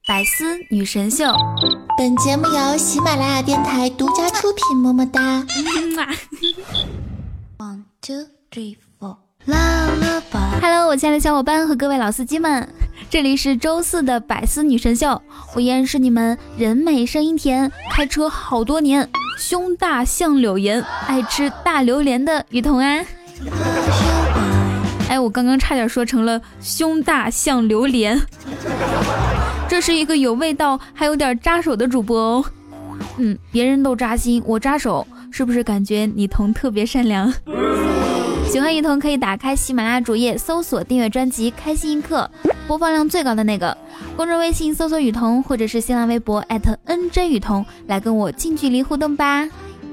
百思女神秀， 本节目由喜马拉雅电台独家出品，么么哒。 1 2 3 4 Hello， 我亲爱的小伙伴和各位老司机们，这里是周四的百思女神秀，我依然是你们人美声音甜，开车好多年，胸大像柳岩，爱吃大榴莲的雨桐安。我刚刚差点说成了胸大像榴莲。这是一个有味道还有点扎手的主播哦。别人都扎心，我扎手，是不是感觉雨桐特别善良？喜欢雨桐可以打开喜马拉雅主页搜索订阅专辑开心一刻，播放量最高的那个，公众微信搜索雨桐，或者是新浪微博@NJ雨桐来跟我近距离互动吧。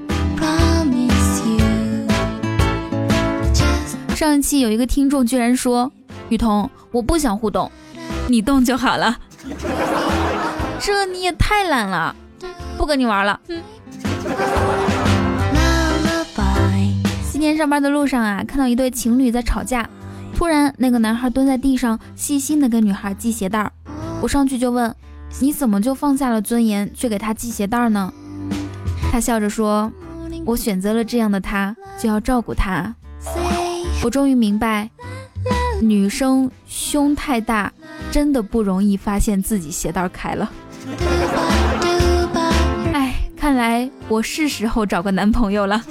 上一期有一个听众居然说，雨桐我不想互动，你动就好了。这你也太懒了，不跟你玩了。今天上班的路上啊，看到一对情侣在吵架，突然那个男孩蹲在地上细心的给女孩系鞋带，我上去就问，你怎么就放下了尊严去给他系鞋带呢？他笑着说，我选择了这样的他，就要照顾他。我终于明白，女生胸太大真的不容易发现自己鞋带开了。看来我是时候找个男朋友了。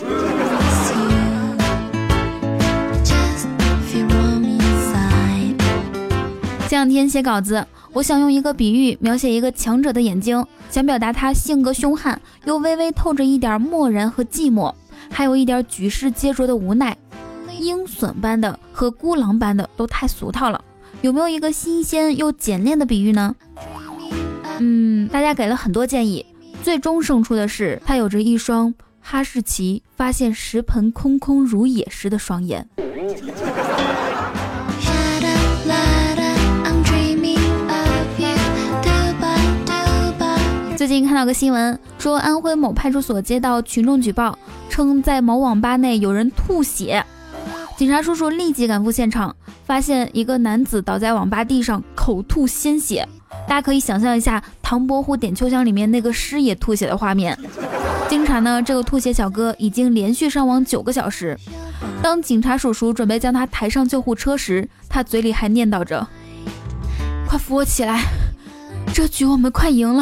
前两天写稿子，我想用一个比喻描写一个强者的眼睛，想表达他性格凶悍，又微微透着一点漠然和寂寞，还有一点举世皆浊的无奈。鹰隼般的和孤狼般的都太俗套了，有没有一个新鲜又简练的比喻呢？大家给了很多建议，最终胜出的是他有着一双哈士奇发现食盆空空如也时的双眼。最近看到个新闻，说安徽某派出所接到群众举报，称在某网吧内有人吐血。警察叔叔立即赶赴现场，发现一个男子倒在网吧地上，口吐鲜血。大家可以想象一下唐伯虎点秋香里面那个师爷吐血的画面。经查呢，这个吐血小哥已经连续伤亡9个小时。当警察叔叔准备将他抬上救护车时，他嘴里还念叨着，快扶我起来，这局我们快赢了。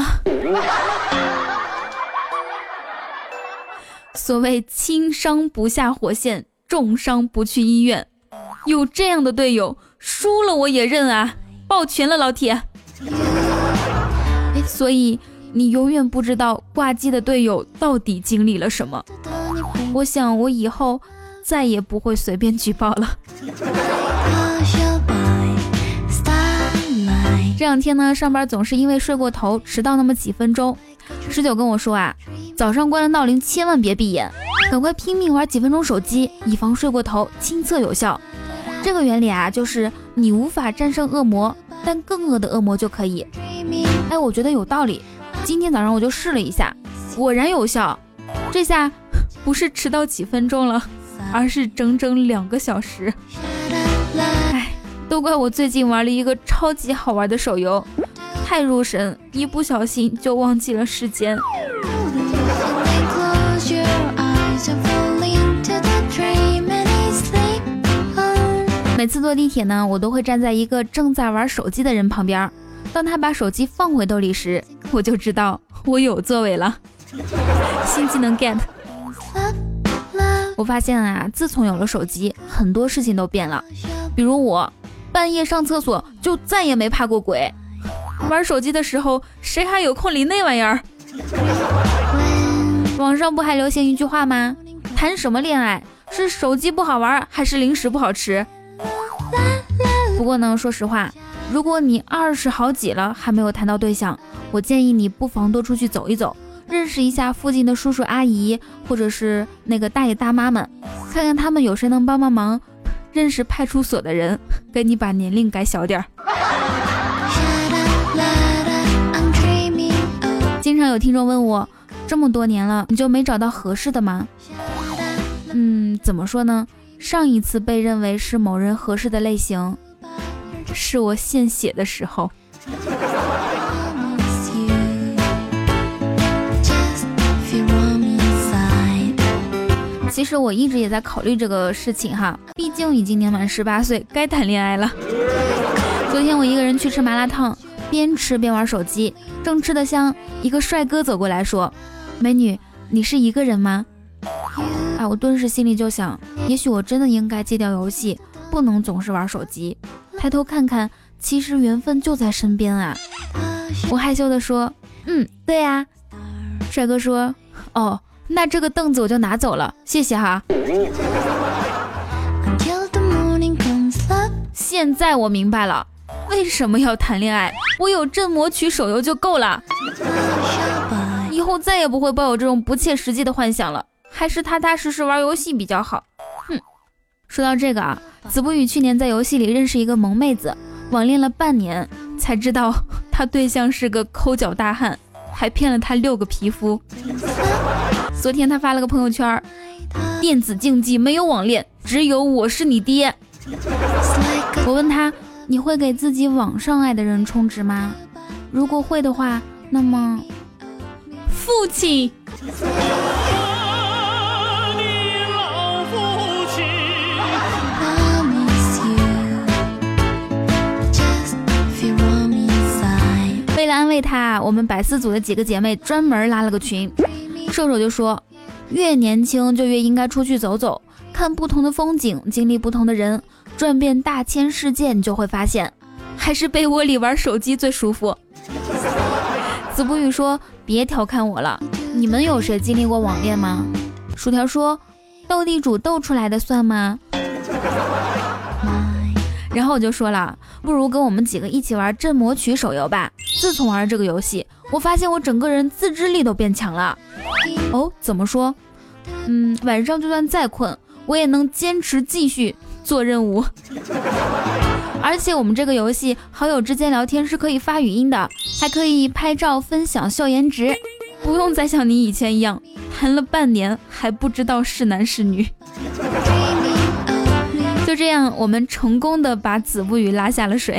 所谓轻伤不下火线，重伤不去医院，有这样的队友，输了我也认啊，抱拳了老铁。所以你永远不知道挂机的队友到底经历了什么。我想我以后再也不会随便举报了。这两天呢，上班总是因为睡过头迟到那么几分钟。19跟我说啊，早上关了闹铃千万别闭眼，赶快拼命玩几分钟手机，以防睡过头，亲测有效。这个原理啊，就是你无法战胜恶魔，但更恶的恶魔就可以。我觉得有道理，今天早上我就试了一下，果然有效。这下不是迟到几分钟了，而是整整2个小时。都怪我最近玩了一个超级好玩的手游，太入神，一不小心就忘记了时间。每次坐地铁呢，我都会站在一个正在玩手机的人旁边，当他把手机放回兜里时，我就知道我有座位了。新技能 get。 我发现啊，自从有了手机，很多事情都变了。比如我半夜上厕所就再也没怕过鬼，玩手机的时候谁还有空理那玩意儿？网上不还流行一句话吗？谈什么恋爱，是手机不好玩还是零食不好吃？不过呢，说实话，如果你20好几了还没有谈到对象，我建议你不妨多出去走一走，认识一下附近的叔叔阿姨，或者是那个大爷大妈们，看看他们有谁能帮帮忙，认识派出所的人，给你把年龄改小点。经常有听众问我，这么多年了，你就没找到合适的吗？怎么说呢？上一次被认为是某人合适的类型，是我献血的时候。 实我一直也在考虑这个事情哈，毕竟已经年满18岁，该谈恋爱了。昨天我一个人去吃麻辣烫，边吃边玩手机，正吃得香，一个帅哥走过来说：“美女，你是一个人吗？”我顿时心里就想，也许我真的应该戒掉游戏，不能总是玩手机。抬头看看，其实缘分就在身边啊。我害羞地说：“对呀。”帅哥说：“哦，那这个凳子我就拿走了，谢谢哈。”现在我明白了，为什么要谈恋爱？我有镇魔曲手游就够了，以后再也不会抱有这种不切实际的幻想了，还是踏踏实实玩游戏比较好。说到这个啊，子不语去年在游戏里认识一个萌妹子，网恋了半年，才知道他对象是个抠脚大汉，还骗了他6个皮肤。昨天他发了个朋友圈，电子竞技没有网恋，只有我是你爹。我问他，你会给自己网上爱的人充值吗？如果会的话，那么父亲。为了安慰他，我们百思组的几个姐妹专门拉了个群。瘦瘦就说，越年轻就越应该出去走走，看不同的风景，经历不同的人，转遍大千世界，你就会发现还是被窝里玩手机最舒服。子不语说，别调侃我了，你们有谁经历过网恋吗？薯条说，斗地主斗出来的算吗？然后我就说了，不如跟我们几个一起玩镇魔曲手游吧。自从玩这个游戏，我发现我整个人自制力都变强了。哦，怎么说？晚上就算再困，我也能坚持继续做任务。而且我们这个游戏好友之间聊天是可以发语音的，还可以拍照分享秀颜值，不用再像你以前一样谈了半年还不知道是男是女。就这样，我们成功的把子不语拉下了水。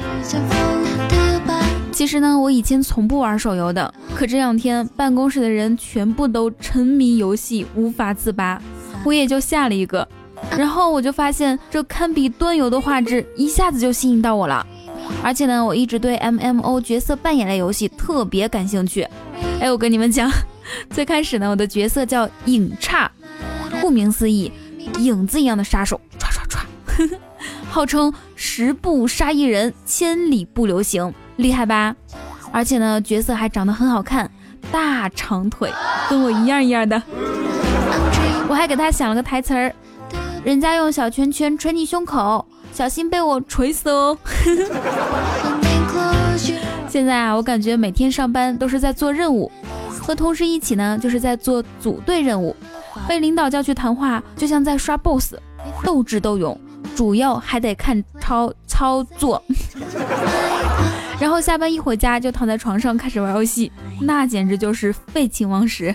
其实呢，我以前从不玩手游的，可这两天办公室的人全部都沉迷游戏无法自拔，我也就下了一个。然后我就发现这堪比端游的画质一下子就吸引到我了。而且呢，我一直对 MMO 角色扮演类游戏特别感兴趣。我跟你们讲，最开始呢，我的角色叫影叉，顾名思义，影子一样的杀手，唰唰唰，号称10步杀一人，1000里不留行，厉害吧？而且呢，角色还长得很好看，大长腿，跟我一样一样的。我还给他想了个台词儿，人家用小拳拳捶你胸口，小心被我捶死哦。现在啊，我感觉每天上班都是在做任务，和同事一起呢，就是在做组队任务。被领导叫去谈话，就像在刷 BOSS， 斗智斗勇，主要还得看操作。然后下班一回家就躺在床上开始玩游戏，那简直就是废寝忘食。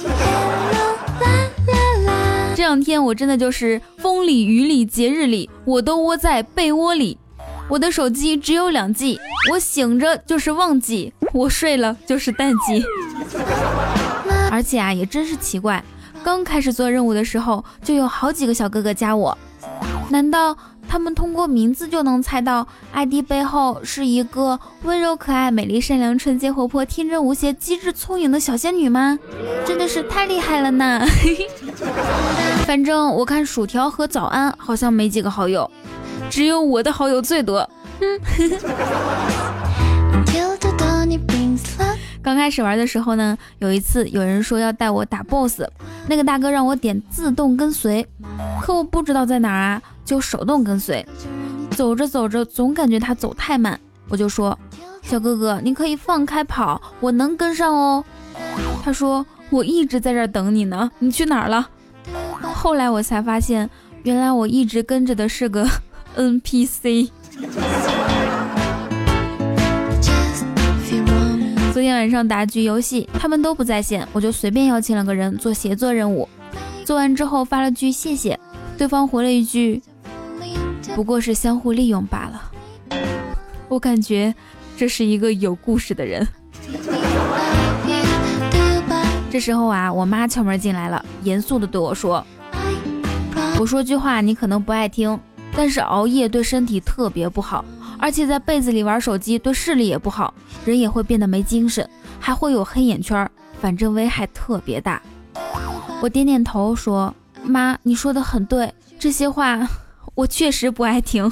这两天我真的就是风里雨里节日里，我都窝在被窝里。我的手机只有2G， 我醒着就是旺季，我睡了就是淡季。而且啊，也真是奇怪，刚开始做任务的时候，就有好几个小哥哥加我，难道他们通过名字就能猜到 ID 背后是一个温柔可爱、美丽善良、纯洁活泼、天真无邪、机智聪颖的小仙女吗？真的是太厉害了呢。反正我看薯条和早安好像没几个好友，只有我的好友最多。刚开始玩的时候呢，有一次有人说要带我打 BOSS， 那个大哥让我点自动跟随，可我不知道在哪儿啊，就手动跟随。走着走着总感觉他走太慢，我就说，小哥哥你可以放开跑，我能跟上哦。他说，我一直在这儿等你呢，你去哪儿了？后来我才发现，原来我一直跟着的是个 NPC。昨天晚上打局游戏，他们都不在线，我就随便邀请了个人做协作任务。做完之后发了句谢谢，对方回了一句，不过是相互利用罢了。我感觉这是一个有故事的人。这时候啊，我妈敲门进来了，严肃地对我说， 我说句话你可能不爱听，但是熬夜对身体特别不好，而且在被子里玩手机对视力也不好，人也会变得没精神，还会有黑眼圈，反正危害特别大。我点点头说，妈，你说的很对，这些话我确实不爱听。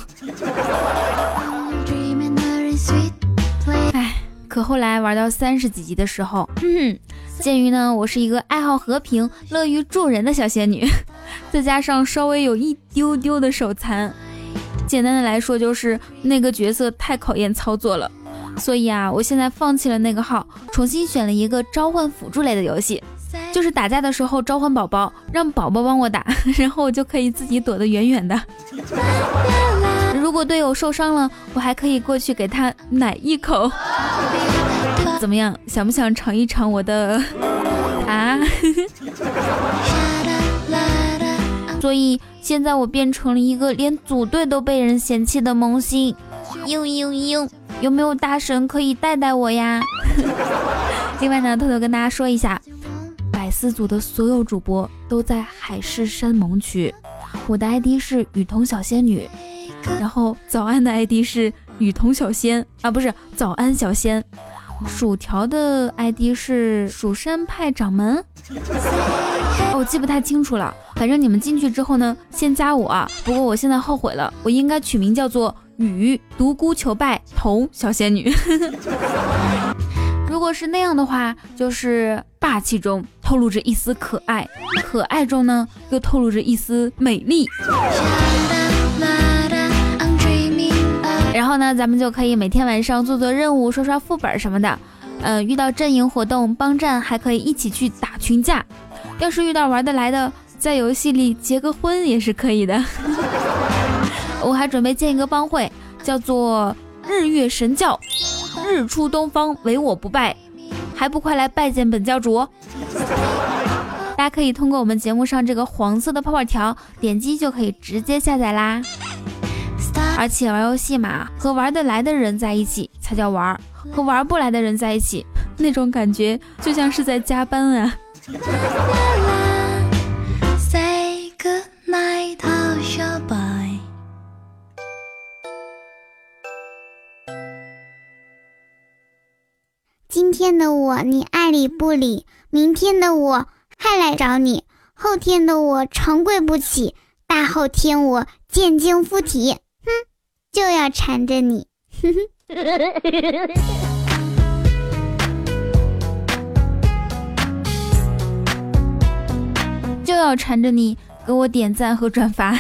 哎，可后来玩到30几级的时候，鉴于呢我是一个爱好和平乐于助人的小仙女，再加上稍微有一丢丢的手残，简单的来说就是那个角色太考验操作了，所以啊我现在放弃了那个号，重新选了一个召唤辅助类的游戏，就是打架的时候召唤宝宝，让宝宝帮我打，然后我就可以自己躲得远远的。如果队友受伤了，我还可以过去给他奶一口。怎么样，想不想尝一尝我的啊？所以现在我变成了一个连组队都被人嫌弃的萌新。有没有大神可以带带我呀？另外呢，偷偷跟大家说一下，百思组的所有主播都在海誓山盟区，我的 ID 是雨桐小仙女，然后早安的 ID 是雨桐小仙啊，不是早安小仙，薯条的 ID 是蜀山派掌门，我记不太清楚了，反正你们进去之后呢，先加我啊。不过我现在后悔了，我应该取名叫做雨独孤求败童小仙女。如果是那样的话，就是霸气中透露着一丝可爱，可爱中呢又透露着一丝美丽。然后呢，咱们就可以每天晚上做做任务，刷刷副本什么的。遇到阵营活动帮战，还可以一起去打群架。要是遇到玩得来的，在游戏里结个婚也是可以的。我还准备建一个帮会，叫做日月神教，日出东方唯我不败，还不快来拜见本教主？大家可以通过我们节目上这个黄色的泡泡条点击就可以直接下载啦。而且玩游戏嘛，和玩得来的人在一起才叫玩，和玩不来的人在一起，那种感觉就像是在加班啊。Say good night, how shall I？ 今天的我你爱理不理，明天的我还来找你，后天的我长跪不起，大后天我见精附体，就要缠着你。 就要缠着你给我点赞和转发。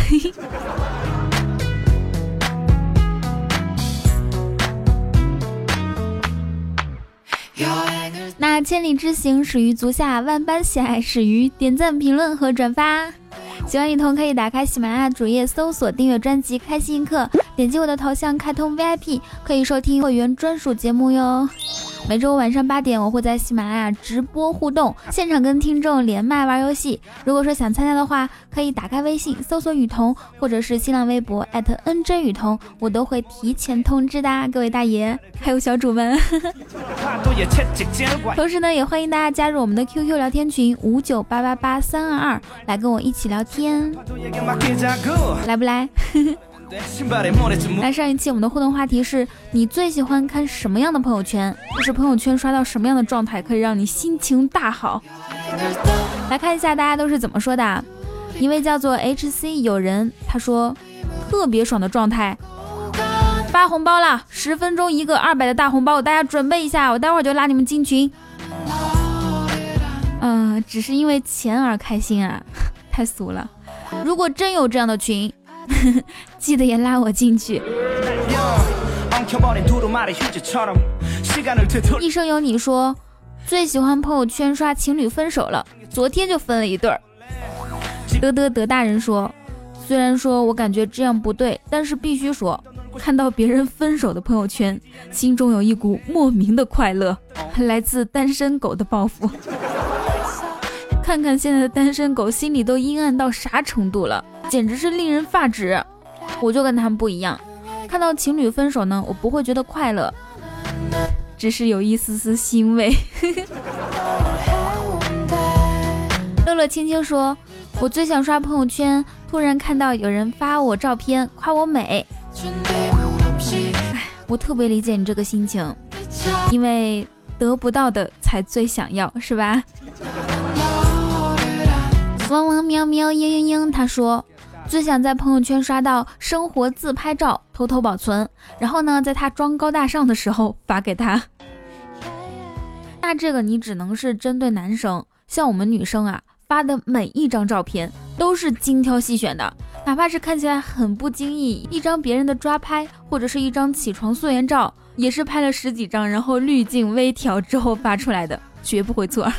那千里之行始于足下，万般喜爱始于点赞评论和转发。喜欢雨桐可以打开喜马拉雅主页搜索订阅专辑开心一刻，点击我的头像开通 VIP， 可以收听会员专属节目哟。每周晚上8点我会在喜马拉雅直播互动，现场跟听众连麦玩游戏。如果说想参加的话，可以打开微信搜索雨桐，或者是新浪微博@NJ雨桐，我都会提前通知的，各位大爷还有小主们。同时呢，也欢迎大家加入我们的 QQ 聊天群598888322，来跟我一起聊天，来不来？来，上一期我们的互动话题是你最喜欢看什么样的朋友圈，就是朋友圈刷到什么样的状态可以让你心情大好。来看一下大家都是怎么说的。一位叫做 HC 有人，他说特别爽的状态，发红包啦，10分钟一个200的大红包，大家准备一下，我待会儿就拉你们进群。只是因为钱而开心啊，太俗了。如果真有这样的群，记得也拉我进去。一生有你说最喜欢朋友圈刷情侣分手了，昨天就分了一对儿。德大人说，虽然说我感觉这样不对，但是必须说，看到别人分手的朋友圈，心中有一股莫名的快乐，来自单身狗的报复。看看现在的单身狗心里都阴暗到啥程度了，简直是令人发指。我就跟他们不一样，看到情侣分手呢，我不会觉得快乐，只是有一丝丝欣慰。乐乐轻轻说， 我最想刷朋友圈，突然看到有人发我照片夸我美，我特别理解你这个心情，因为得不到的才最想要，是吧？汪汪喵喵嘤嘤嘤，他说最想在朋友圈刷到生活自拍照，偷偷保存，然后呢在他装高大上的时候发给他。那这个你只能是针对男生，像我们女生啊，发的每一张照片都是精挑细选的，哪怕是看起来很不经意，一张别人的抓拍或者是一张起床素颜照，也是拍了10几张，然后滤镜微调之后发出来的，绝不会错。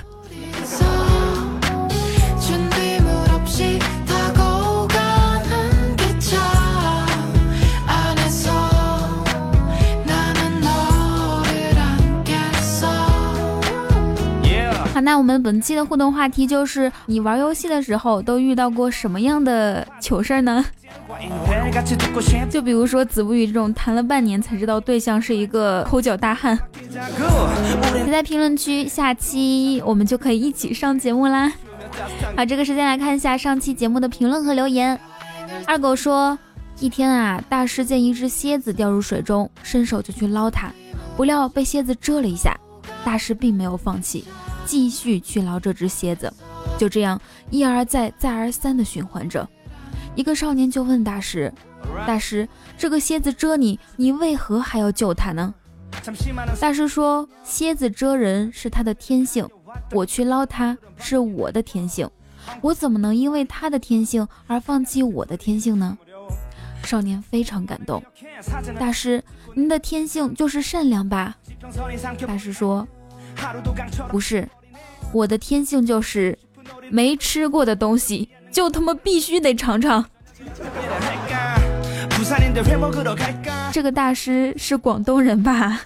好，那我们本期的互动话题就是你玩游戏的时候都遇到过什么样的糗事呢？就比如说子不语这种谈了半年才知道对象是一个抠脚大汉，写在评论区，下期我们就可以一起上节目啦。好，这个时间来看一下上期节目的评论和留言。二狗说，一天啊，大师见一只蝎子掉入水中，伸手就去捞它，不料被蝎子蛰了一下，大师并没有放弃，继续去捞这只蝎子，就这样一而再再而三的循环着。一个少年就问大师，大师，这个蝎子蛰你，你为何还要救它呢？大师说，蝎子蛰人是它的天性，我去捞它是我的天性，我怎么能因为它的天性而放弃我的天性呢？少年非常感动，大师，您的天性就是善良吧？大师说，不是，我的天性就是没吃过的东西就他妈必须得尝尝。这个大师是广东人吧？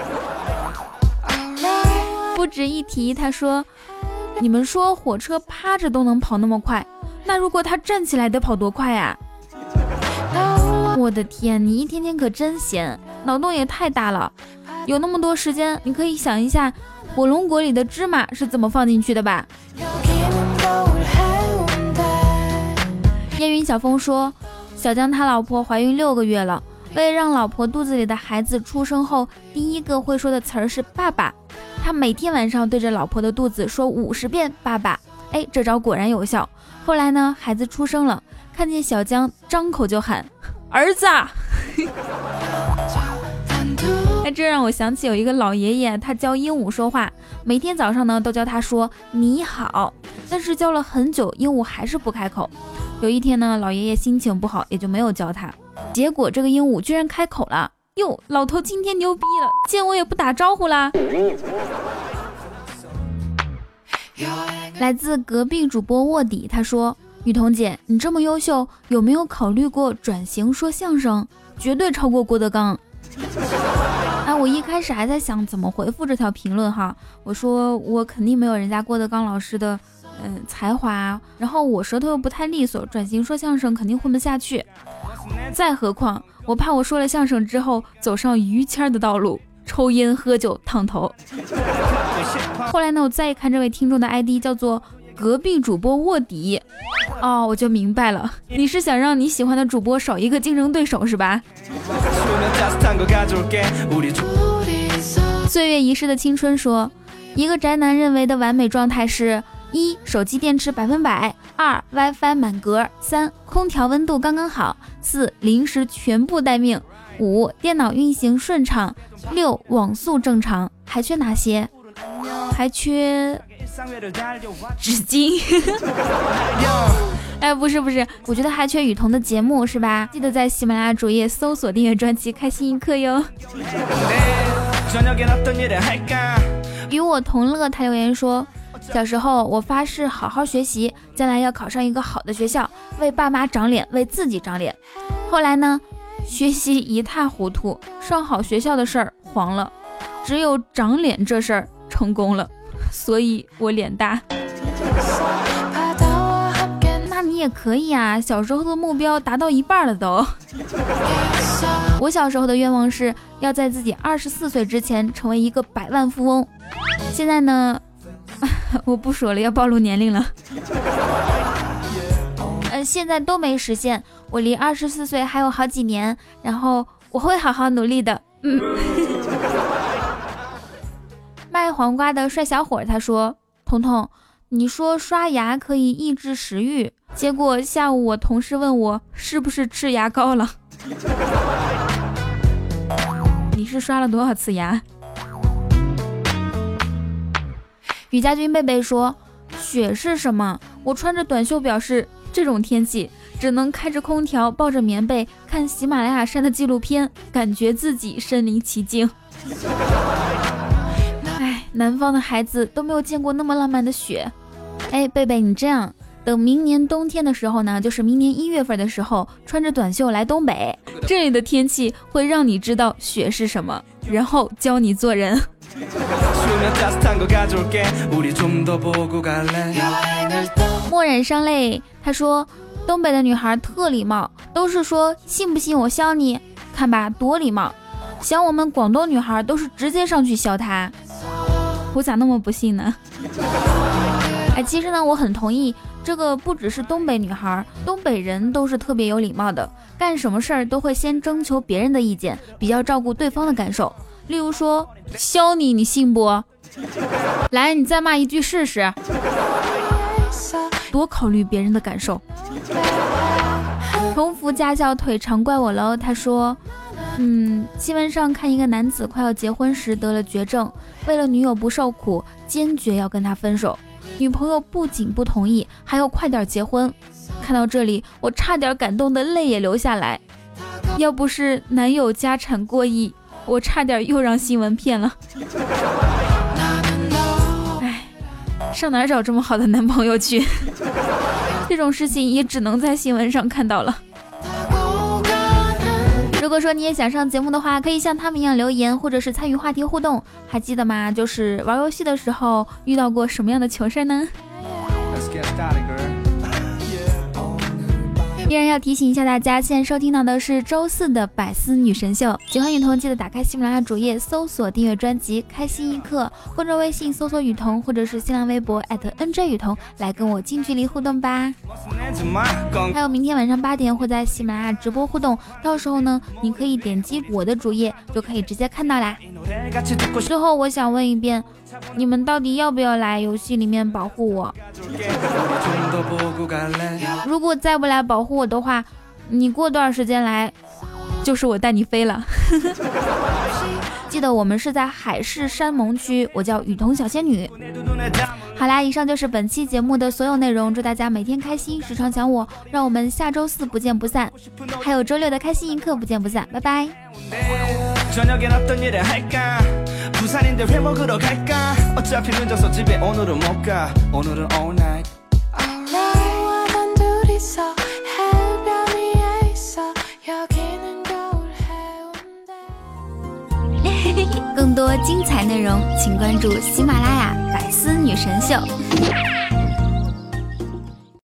不值一提，他说，你们说火车趴着都能跑那么快，那如果他站起来得跑多快啊？我的天，你一天天可真闲，脑洞也太大了，有那么多时间，你可以想一下火龙果里的芝麻是怎么放进去的吧。烟云小风说，小江他老婆怀孕6个月了，为了让老婆肚子里的孩子出生后第一个会说的词儿是爸爸，他每天晚上对着老婆的肚子说50遍爸爸。这招果然有效。后来呢，孩子出生了，看见小江张口就喊儿子这让我想起有一个老爷爷，他教鹦鹉说话，每天早上呢都教他说你好，但是教了很久，鹦鹉还是不开口。有一天呢，老爷爷心情不好，也就没有教他，结果这个鹦鹉居然开口了，哟，老头今天牛逼了，见我也不打招呼啦。来自隔壁主播卧底，他说，雨桐姐，你这么优秀，有没有考虑过转型说相声？绝对超过郭德纲。我一开始还在想怎么回复这条评论哈，我说我肯定没有人家郭德纲老师的才华，然后我舌头又不太利索，转型说相声肯定混不下去。再何况我怕我说了相声之后走上于谦的道路，抽烟喝酒烫头。后来呢，我再一看这位听众的 ID 叫做隔壁主播卧底，我就明白了，你是想让你喜欢的主播少一个竞争对手是吧？岁月遗失的青春说，一个宅男认为的完美状态是：1. 手机电池100%， 2. WiFi 满格， 3. 空调温度刚刚好， 4. 零食全部待命， 5. 电脑运行顺畅， 6. 网速正常。还缺哪些？还缺纸巾。不是，我觉得还缺雨桐的节目是吧？记得在喜马拉雅主页搜索订阅专辑开心一刻哟。与我同乐他留言说，小时候我发誓好好学习，将来要考上一个好的学校，为爸妈长脸，为自己长脸。后来呢，学习一塌糊涂，上好学校的事儿黄了，只有长脸这事儿成功了，所以我脸大。那你也可以啊，小时候的目标达到一半了都。我小时候的愿望是要在自己24岁之前成为一个100万富翁，现在呢我不说了，要暴露年龄了。 现在都没实现，我离24岁还有好几年，然后我会好好努力的。卖黄瓜的帅小伙他说，彤彤，你说刷牙可以抑制食欲，结果下午我同事问我是不是吃牙膏了。你是刷了多少次牙？雨家军贝贝说，雪是什么？我穿着短袖表示，这种天气只能开着空调，抱着棉被看喜马拉雅山的纪录片，感觉自己身临其境。哎，南方的孩子都没有见过那么浪漫的雪。哎，贝贝，你这样，等明年冬天的时候呢，就是明年1月份的时候，穿着短袖来东北，这里的天气会让你知道雪是什么，然后教你做人。墨染伤泪他说，东北的女孩特礼貌，都是说信不信我削你，看吧多礼貌。像我们广东女孩都是直接上去削她，我咋那么不信呢？哎，其实呢我很同意，这个不只是东北女孩，东北人都是特别有礼貌的，干什么事儿都会先征求别人的意见，比较照顾对方的感受。例如说削你，你信不？来，你再骂一句试试。多考虑别人的感受。重复驾校腿长怪我喽，他说新闻上看一个男子快要结婚时得了绝症，为了女友不受苦，坚决要跟他分手，女朋友不仅不同意，还要快点结婚。看到这里我差点感动的泪也流下来，要不是男友家产过亿，我差点又让新闻骗了。哎，上哪儿找这么好的男朋友去？这种事情也只能在新闻上看到了。如果说你也想上节目的话，可以像他们一样留言，或者是参与话题互动。还记得吗？就是玩游戏的时候遇到过什么样的糗事呢？依然要提醒一下大家，现在收听到的是周四的百思女神秀。喜欢雨桐记得打开喜马拉雅主页搜索订阅专辑开心一刻，或者微信搜索雨桐，或者是新浪微博@NJ 雨桐来跟我近距离互动吧。还有明天晚上8点会在喜马拉雅直播互动，到时候呢你可以点击我的主页就可以直接看到啦。最后我想问一遍，你们到底要不要来游戏里面保护我？如果再不来保护我的话，你过多少时间来就是我带你飞了。记得我们是在海誓山盟区，我叫雨桐小仙女。好啦，以上就是本期节目的所有内容，祝大家每天开心，时常想我，让我们下周四不见不散，还有周六的开心一刻不见不散，拜拜。 부산인데 회 먹으러 갈까 어차피 늦어서 집에 오늘은 못 가 오늘은 all night Alright 난 둘이서 해변 위에 있어 여기는 겨울 해운대 更多精彩内容请关注喜马拉雅百思女神秀。